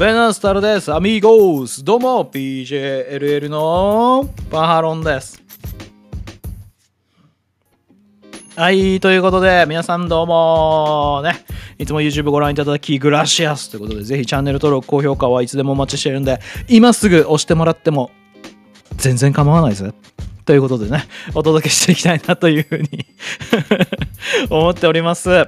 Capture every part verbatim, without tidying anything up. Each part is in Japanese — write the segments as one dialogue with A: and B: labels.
A: ベナスタルです。アミーゴース。どうも ピージェーエルエル のパハロンです。はい、ということで皆さんどうもね、いつも YouTube ご覧いただきグラシアスということで、ぜひチャンネル登録高評価はいつでもお待ちしているんで、今すぐ押してもらっても全然構わないぜということでね、お届けしていきたいなというふうに思っております。はい、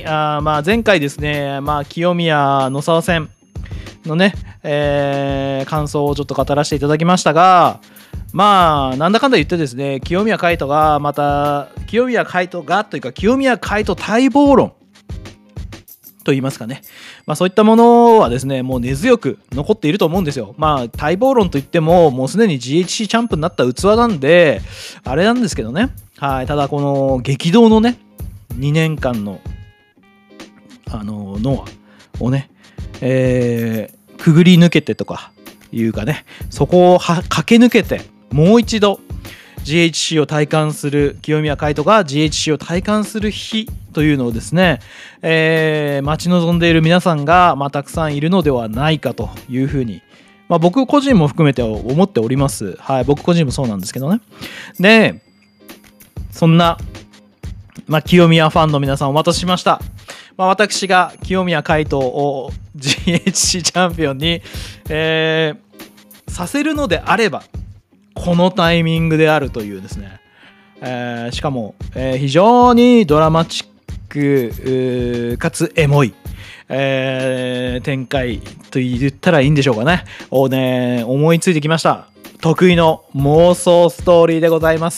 A: あまあ前回ですね、まあ清宮野沢戦のね、えー、感想をちょっと語らせていただきましたが、まあなんだかんだ言ってですね、清宮海斗がまた清宮海斗がというか清宮海斗待望論と言いますかね、まあそういったものはですね、もう根強く残っていると思うんですよ。まあ待望論といってももうすでに ジーエイチシー チャンプになった器なんであれなんですけどね。はい、ただこの激動のねにねんかんのあのノアをね、えー、くぐり抜けてとかいうかね、そこをは駆け抜けてもう一度 ジーエイチシー を体感する、清宮海斗が ジーエイチシー を体感する日というのをですね、えー、待ち望んでいる皆さんが、まあ、たくさんいるのではないかというふうに、まあ、僕個人も含めて思っております。はい、僕個人もそうなんですけどね。で、そんな、まあ、清宮ファンの皆さんお待たせしました。まあ、私が清宮海斗を ジーエイチシー チャンピオンに、えー、させるのであればこのタイミングであるというですね、えー、しかも、えー、非常にドラマチックかつエモい、えー、展開と言ったらいいんでしょうかねをね思いついてきました。得意の妄想ストーリーでございます。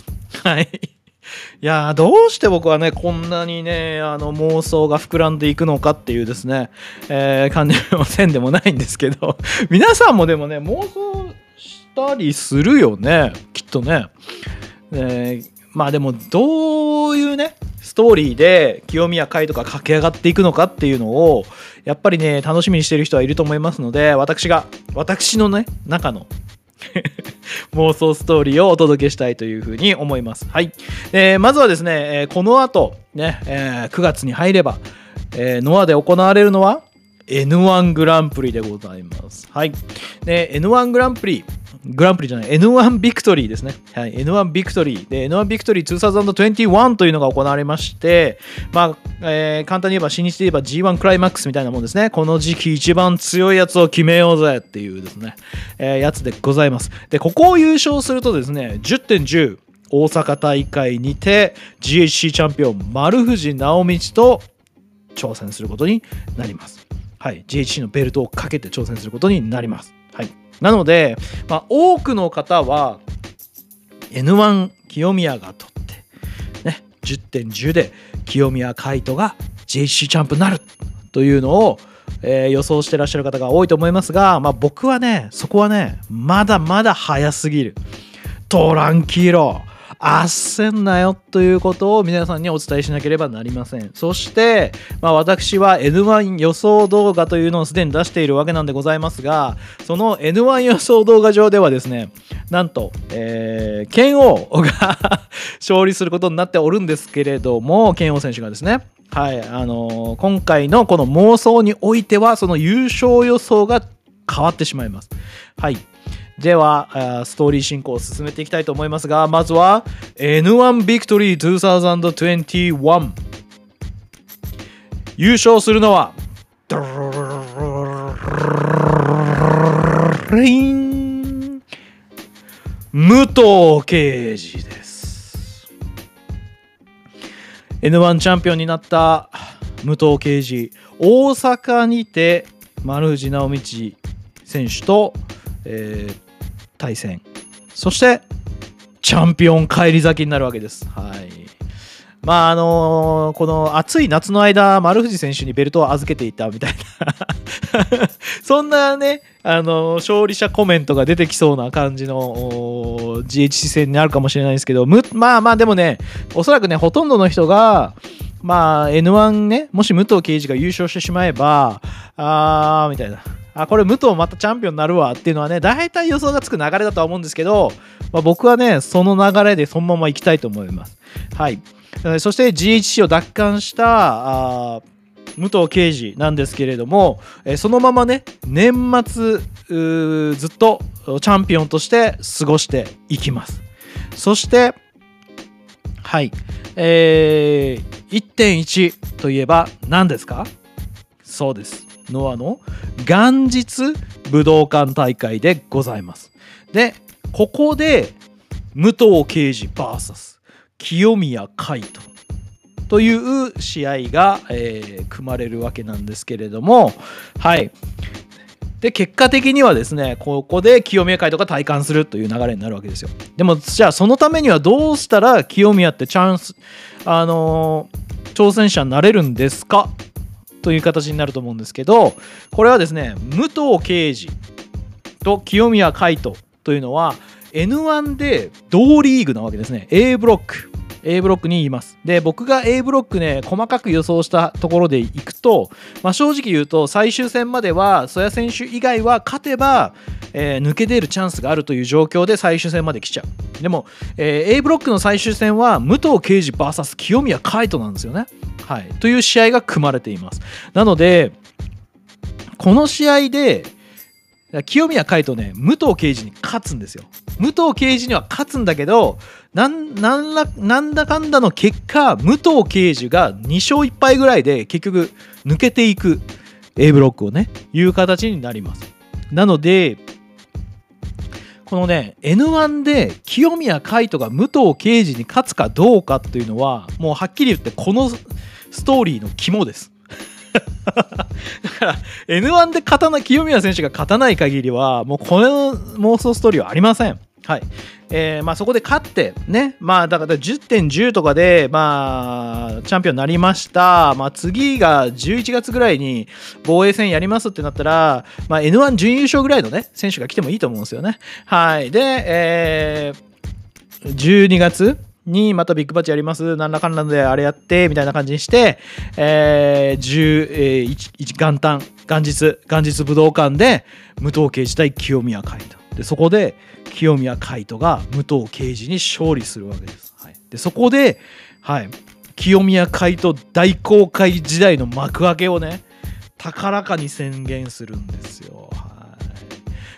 A: はい、いやー、どうして僕はねこんなにねあの妄想が膨らんでいくのかっていうですね、えー、感じもせんでもないんですけど皆さんもでもね妄想したりするよねきっとね、えー、まあでもどういうねストーリーで清宮海斗が駆け上がっていくのかっていうのをやっぱりね楽しみにしている人はいると思いますので、私が私のね中の妄想ストーリーをお届けしたいというふうに思います。はい、えー、まずはですね、えー、この後ね、えー、くがつに入れば、えー、ノアで行われるのは エヌワン グランプリでございます。はい、で エヌワン グランプリグランプリじゃない エヌワン ビクトリーですね。はい、エヌワン ビクトリーで エヌワン ビクトリーにせんにじゅういちというのが行われまして、まあ、えー、簡単に言えば新日で言えば ジーワン クライマックスみたいなもんですね。この時期一番強いやつを決めようぜっていうですね、えー、やつでございます。でここを優勝するとですね じゅってんじゅう 大阪大会にて ジーエイチシー チャンピオン丸藤直道と挑戦することになります。はい、ジーエイチシー のベルトをかけて挑戦することになります。はい、なので、まあ、多くの方は エヌワン 清宮が取って、ね、じゅってんじゅうで清宮海斗が ジーエイチシー チャンプになるというのを、えー、予想してらっしゃる方が多いと思いますが、まあ、僕はねそこはねまだまだ早すぎる。トランキーロ焦んなよということを皆さんにお伝えしなければなりません。そして、まあ、私は エヌワン 予想動画というのをすでに出しているわけなんでございますが、その エヌワン 予想動画上ではですね、なんと、えー、剣王が勝利することになっておるんですけれども、剣王選手がですね、はい、あのー、今回のこの妄想においてはその優勝予想が変わってしまいます。はい、ではストーリー進行を進めていきたいと思いますが、まずは エヌワン ビクトリーにせんにじゅういち優勝するのは武藤敬司です。 エヌワン チャンピオンになった武藤敬司、大阪にて丸藤直道選手と、えー、対戦、そしてチャンピオン返り咲きになるわけです。はい、まああのー、この暑い夏の間丸藤選手にベルトを預けていたみたいなそんなね、あのー、勝利者コメントが出てきそうな感じの ジーエイチシー 戦になるかもしれないですけど、むまあまあでもね、おそらくねほとんどの人がまあ エヌワン ね、もし武藤敬司が優勝してしまえばあーみたいな、あこれ武藤またチャンピオンになるわっていうのはね大体予想がつく流れだとは思うんですけど、まあ、僕はねその流れでそのまま行きたいと思います。はい、そして ジーエイチシー を奪還したあ武藤敬司なんですけれども、えー、そのままね年末ずっとチャンピオンとして過ごしていきます。そしてはい、えー、いってんいち といえば何ですか？そうです、ノアの元日武道館大会でございます。でここで武藤敬司 ブイエス 清宮海斗という試合が、えー、組まれるわけなんですけれども、はい。で結果的にはですね、ここで清宮海斗が体感するという流れになるわけですよ。でもじゃあそのためにはどうしたら清宮ってチャンス、あのー、挑戦者になれるんですかという形になると思うんですけど、これはですね、武藤敬司と清宮海斗というのは エヌワン で同リーグなわけですね。 A ブロックA ブロックにいます。で僕が A ブロックね細かく予想したところでいくと、まあ、正直言うと最終戦までは曽谷選手以外は勝てば、えー、抜け出るチャンスがあるという状況で最終戦まで来ちゃう。でも、えー、A ブロックの最終戦は武藤敬司 ブイエス 清宮海斗なんですよね、はい、という試合が組まれています。なのでこの試合で清宮海斗ね武藤敬司に勝つんですよ。武藤敬司には勝つんだけどなんなんらなんだかんだの結果武藤敬司がにしょういっぱいぐらいで結局抜けていく A ブロックをねいう形になります。なのでこのね エヌワン で清宮海斗が武藤敬司に勝つかどうかっていうのはもうはっきり言ってこのストーリーの肝です。だから エヌワン で勝たない清宮選手が勝たない限りはもうこの妄想ストーリーはありません。はい、えーまあ、そこで勝ってね、まあだからじゅってんじゅうとかでまあチャンピオンになりました。まあ次がじゅういちがつぐらいに防衛戦やりますってなったら、まあ エヌワン 準優勝ぐらいのね選手が来てもいいと思うんですよね。はい、で、えー、じゅうにがつにまたビッグバッチやりますなんらかんらであれやってみたいな感じにして、えー、じゅういち元旦元日元日武道館で武藤敬司対清宮海斗で、そこで清宮海斗が武藤敬司に勝利するわけです。はい、でそこで、はい、清宮海斗大公開時代の幕開けをね高らかに宣言するんですよ。はい、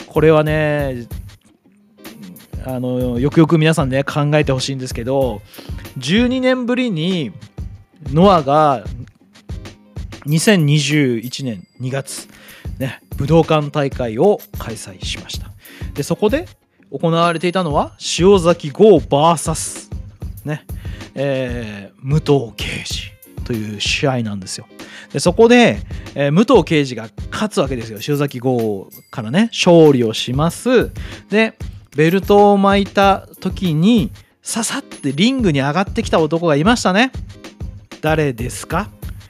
A: これはねあのよくよく皆さんね考えてほしいんですけど、じゅうにねんぶりにノアがにせんにじゅういちねんにがつ、ね、武道館大会を開催しました。でそこで行われていたのは塩崎豪 ブイエス、ねえー、武藤敬司という試合なんですよ。でそこで、えー、武藤敬司が勝つわけですよ。塩崎豪からね勝利をします。でベルトを巻いた時にささってリングに上がってきた男がいましたね。誰ですか？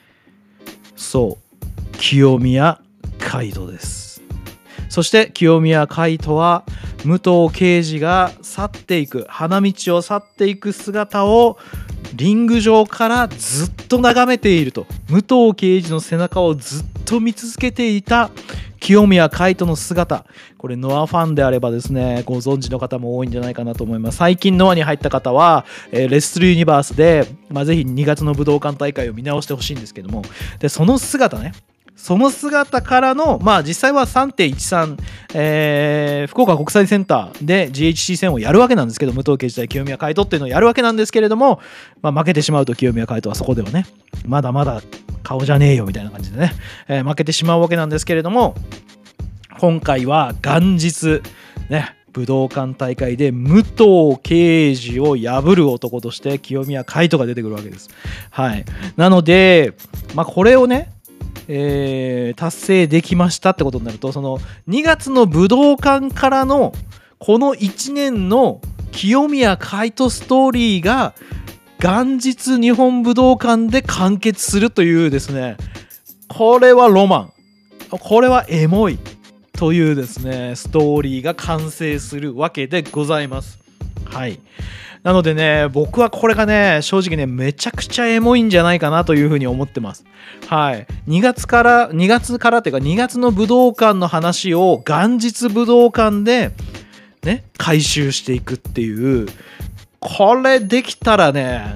A: そう清宮海斗です。そして清宮海斗は武藤敬司が去っていく花道を去っていく姿をリング上からずっと眺めていると、武藤敬司の背中をずっと見続けていた清宮海斗の姿、これノアファンであればですねご存知の方も多いんじゃないかなと思います。最近ノアに入った方は、えー、レッスルユニバースで、まあ、ぜひにがつの武道館大会を見直してほしいんですけども、でその姿ねその姿からの、まあ実際は さんてんいちさん、えー、福岡国際センターで ジーエイチシー 戦をやるわけなんですけど、武藤敬司対清宮海斗っていうのをやるわけなんですけれども、まあ、負けてしまうと清宮海斗はそこではねまだまだ顔じゃねえよみたいな感じでね、えー、負けてしまうわけなんですけれども、今回は元日ね武道館大会で武藤敬司を破る男として清宮海斗が出てくるわけです。はい、なので、まあ、これをねえー、達成できましたってことになると、そのにがつの武道館からのこのいちねんの清宮海斗ストーリーが元日日本武道館で完結するというですね、これはロマン、これはエモいというですねストーリーが完成するわけでございます。はい、なのでね僕はこれがね正直ねめちゃくちゃエモいんじゃないかなというふうに思ってます。はい、にがつからにがつからっていうかにがつの武道館の話を元日武道館でね回収していくっていう、これできたらね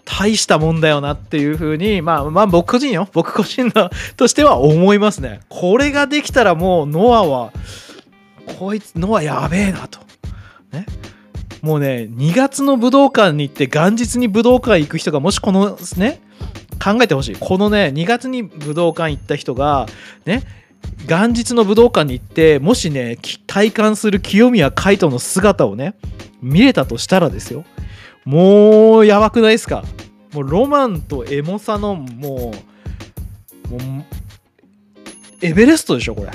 A: 大したもんだよなっていう風に、まあまあ僕個人よ、僕個人のとしては思いますね。これができたらもうノアは、こいつノアやべえなと。ね。もうね、にがつの武道館に行って元日に武道館行く人がもしこのね、考えてほしい。このね、にがつに武道館行った人が、ね、元日の武道館に行って、もしね、体感する清宮海斗の姿をね、見れたとしたらですよ。もうやばくないですか？もうロマンとエモさのもう、もうエベレストでしょこれ。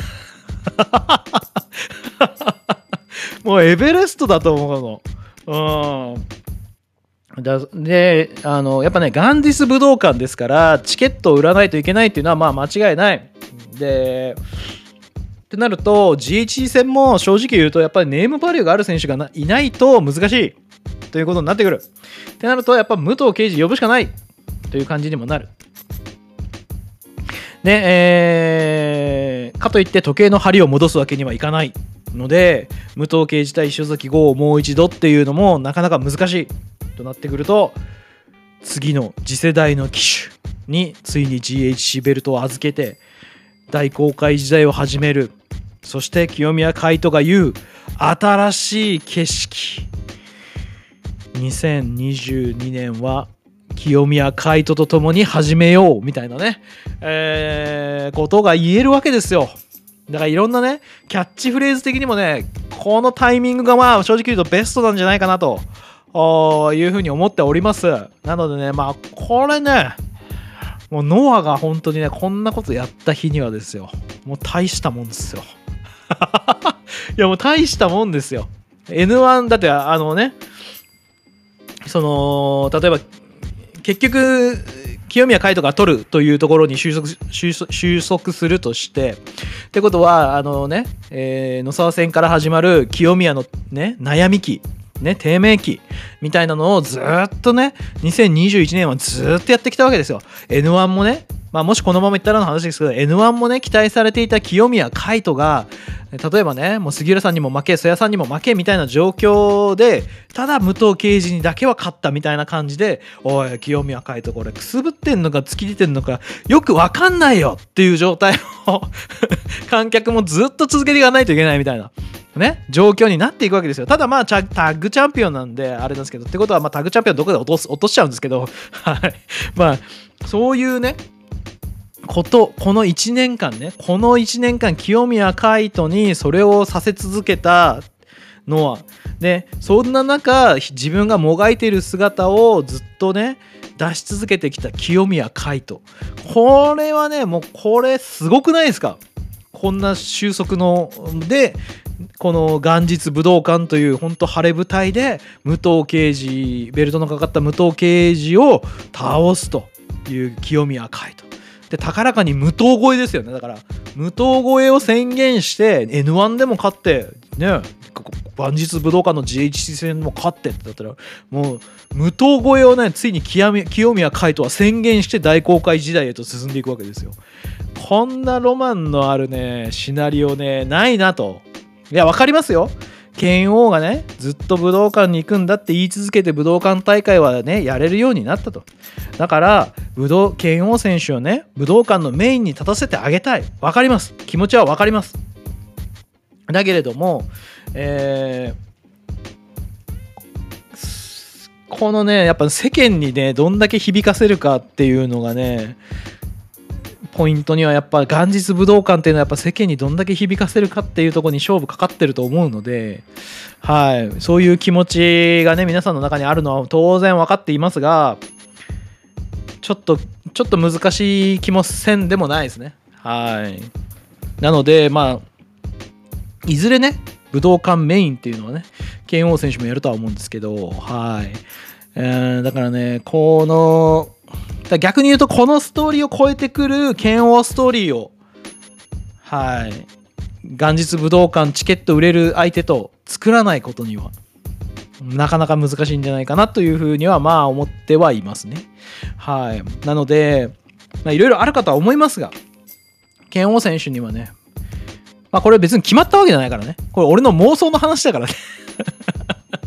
A: もうエベレストだと思うの。うん。だで、あのやっぱね、元日武道館ですからチケットを売らないといけないっていうのはまあ間違いない。で。ってなると ジーエイチシー 戦も正直言うとやっぱりネームバリューがある選手がないないと難しいということになってくる。ってなるとやっぱ武藤敬司呼ぶしかないという感じにもなる。で、えー、かといって時計の針を戻すわけにはいかないので、武藤敬司対塩崎豪をもう一度っていうのもなかなか難しいとなってくると、次の次世代の騎手についに ジーエイチシー ベルトを預けて大航海時代を始める。そして清宮海斗が言う新しい景色、にせんにじゅうにねんは清宮海斗と共に始めようみたいなね、えー、ことが言えるわけですよ。だからいろんなねキャッチフレーズ的にもね、このタイミングがまあ正直言うとベストなんじゃないかなというふうに思っております。なのでね、まあこれね、もうノアが本当にねこんなことやった日にはですよ、もう大したもんですよ。いやもう大したもんですよ。 エヌワン だってあのね、その例えば結局清宮海斗が取るというところに収束、収束、収束するとしてってことはあのね、えー、野沢戦から始まる清宮のね悩み期ね、低迷期みたいなのをずっとねにせんにじゅういちねんはずっとやってきたわけですよ。 エヌワン もね、まあ、もしこのままいったらの話ですけど エヌワン もね期待されていた清宮海斗が例えばねもう杉浦さんにも負け曽谷さんにも負けみたいな状況でただ武藤敬司にだけは勝ったみたいな感じで、おい清宮海斗これくすぶってんのか突き出てんのかよく分かんないよっていう状態を観客もずっと続けていかないといけないみたいなね、状況になっていくわけですよ。ただまあタッグチャンピオンなんであれなんですけど、ってことはまあタッグチャンピオンどこで落とす落としちゃうんですけど、はい、まあそういうねことこのいちねんかんねこのいちねんかん清宮海斗にそれをさせ続けたのはで、そんな中自分がもがいている姿をずっとね出し続けてきた清宮海斗、これはねもうこれすごくないですか。こんな収束のでこの元日武道館という本当晴れ舞台で武藤敬司ベルトのかかった武藤敬司を倒すという清宮海斗で、高らかに無党超えですよね。だから無党超えを宣言して エヌワン でも勝ってね、元日武道館の ジーエイチシー 戦も勝ってってだったらもう無党超えをねついに清宮海斗は宣言して大航海時代へと進んでいくわけですよ。こんなロマンのあるねシナリオねないなと。いや分かりますよ、拳王がねずっと武道館に行くんだって言い続けて武道館大会はねやれるようになったと。だから武道拳王選手をね武道館のメインに立たせてあげたい、分かります、気持ちは分かります。だけれども、えー、このねやっぱ世間にねどんだけ響かせるかっていうのがねポイントにはやっぱ元日武道館っていうのはやっぱ世間にどんだけ響かせるかっていうところに勝負かかってると思うので、はい、そういう気持ちがね皆さんの中にあるのは当然分かっていますが、ちょっとちょっと難しい気もせんでもないですね。はい。なのでまあいずれね武道館メインっていうのはね拳王選手もやるとは思うんですけど、はい、えー、だからねこの逆に言うとこのストーリーを超えてくる拳王ストーリーをはい元日武道館チケット売れる相手と作らないことにはなかなか難しいんじゃないかなというふうにはまあ思ってはいますね。はい。なのでいろいろあるかとは思いますが、拳王選手にはねまあこれ別に決まったわけじゃないからね、これ俺の妄想の話だからね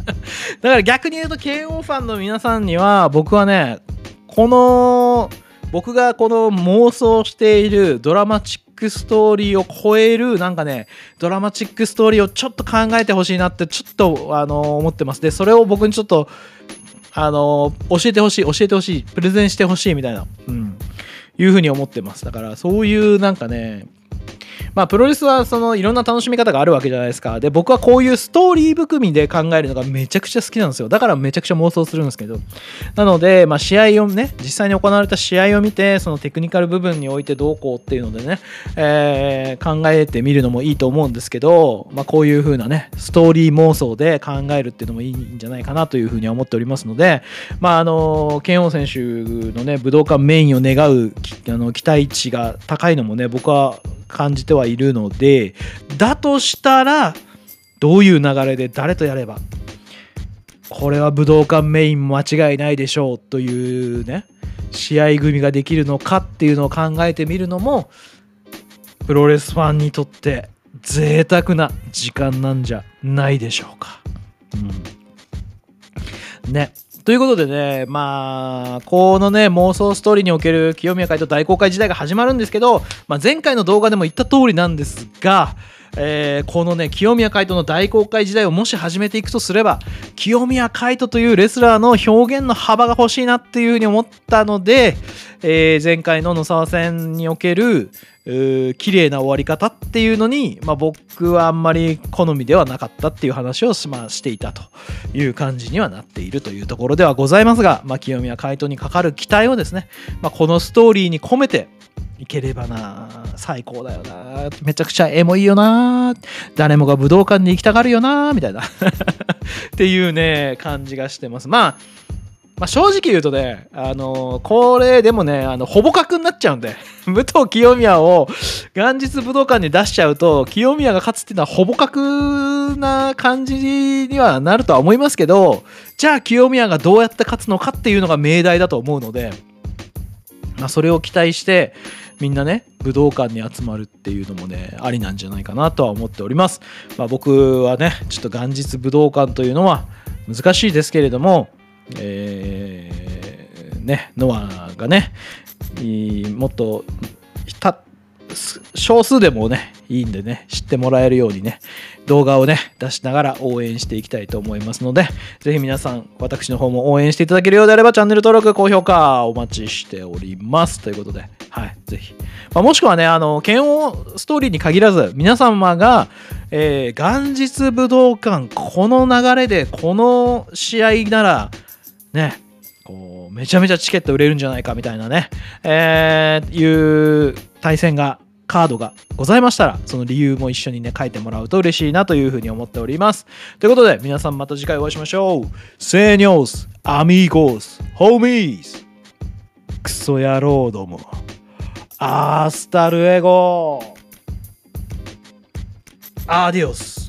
A: だから逆に言うと ケーオー ファンの皆さんには僕はね、この僕がこの妄想しているドラマチックストーリーを超えるなんかね、ドラマチックストーリーをちょっと考えてほしいなってちょっとあの思ってます。でそれを僕にちょっとあの教えてほしい教えてほしいプレゼンしてほしいみたいな、うん、いうふうに思ってます。だからそういうなんかね、まあプロレスはそのいろんな楽しみ方があるわけじゃないですか。で僕はこういうストーリー含みで考えるのがめちゃくちゃ好きなんですよ。だからめちゃくちゃ妄想するんですけど、なのでまあ試合をね、実際に行われた試合を見てそのテクニカル部分においてどうこうっていうのでね、えー、考えてみるのもいいと思うんですけど、まあこういう風なねストーリー妄想で考えるっていうのもいいんじゃないかなというふうに思っておりますので、まああのケンオー選手のね武道館メインを願うあの期待値が高いのもね僕は感じてはいるので、だとしたらどういう流れで誰とやればこれは武道館メイン間違いないでしょうというね試合組ができるのかっていうのを考えてみるのもプロレスファンにとって贅沢な時間なんじゃないでしょうか。うん、ね。ということでね、まあこのね妄想ストーリーにおける清宮海斗大公開時代が始まるんですけど、まあ、前回の動画でも言った通りなんですが、えー、このね清宮海斗の大公開時代をもし始めていくとすれば、清宮海斗というレスラーの表現の幅が欲しいなっていうふうに思ったので、えー、前回の野沢戦における綺麗な終わり方っていうのに、まあ、僕はあんまり好みではなかったっていう話をし、まあ、していたという感じにはなっているというところではございますが、まあ、清宮海斗にかかる期待をですね、まあ、このストーリーに込めていければな、最高だよな、めちゃくちゃエモいよな、誰もが武道館に行きたがるよなみたいなっていうね感じがしてます。まあまあ、正直言うとね、あのー、これでもね、あのほぼ角になっちゃうんで武藤清宮を元日武道館に出しちゃうと清宮が勝つっていうのはほぼ角な感じにはなるとは思いますけど、じゃあ清宮がどうやって勝つのかっていうのが命題だと思うので、まあ、それを期待してみんなね武道館に集まるっていうのもねありなんじゃないかなとは思っております。まあ、僕はねちょっと元日武道館というのは難しいですけれども、えー、ねノアがねもっとた少数でもねいいんでね知ってもらえるようにね動画をね出しながら応援していきたいと思いますので、ぜひ皆さん私の方も応援していただけるようであればチャンネル登録高評価お待ちしておりますということで、はいぜひ、まあ、もしくはねあの剣王ストーリーに限らず皆様が、えー、元日武道館この流れでこの試合ならねこうめちゃめちゃチケット売れるんじゃないかみたいなね、えー、いう対戦がカードがございましたらその理由も一緒にね書いてもらうと嬉しいなというふうに思っております。ということで皆さんまた次回お会いしましょう。セーニョースアミーゴスホーミーズクソ野郎どもアースタルエゴアディオス。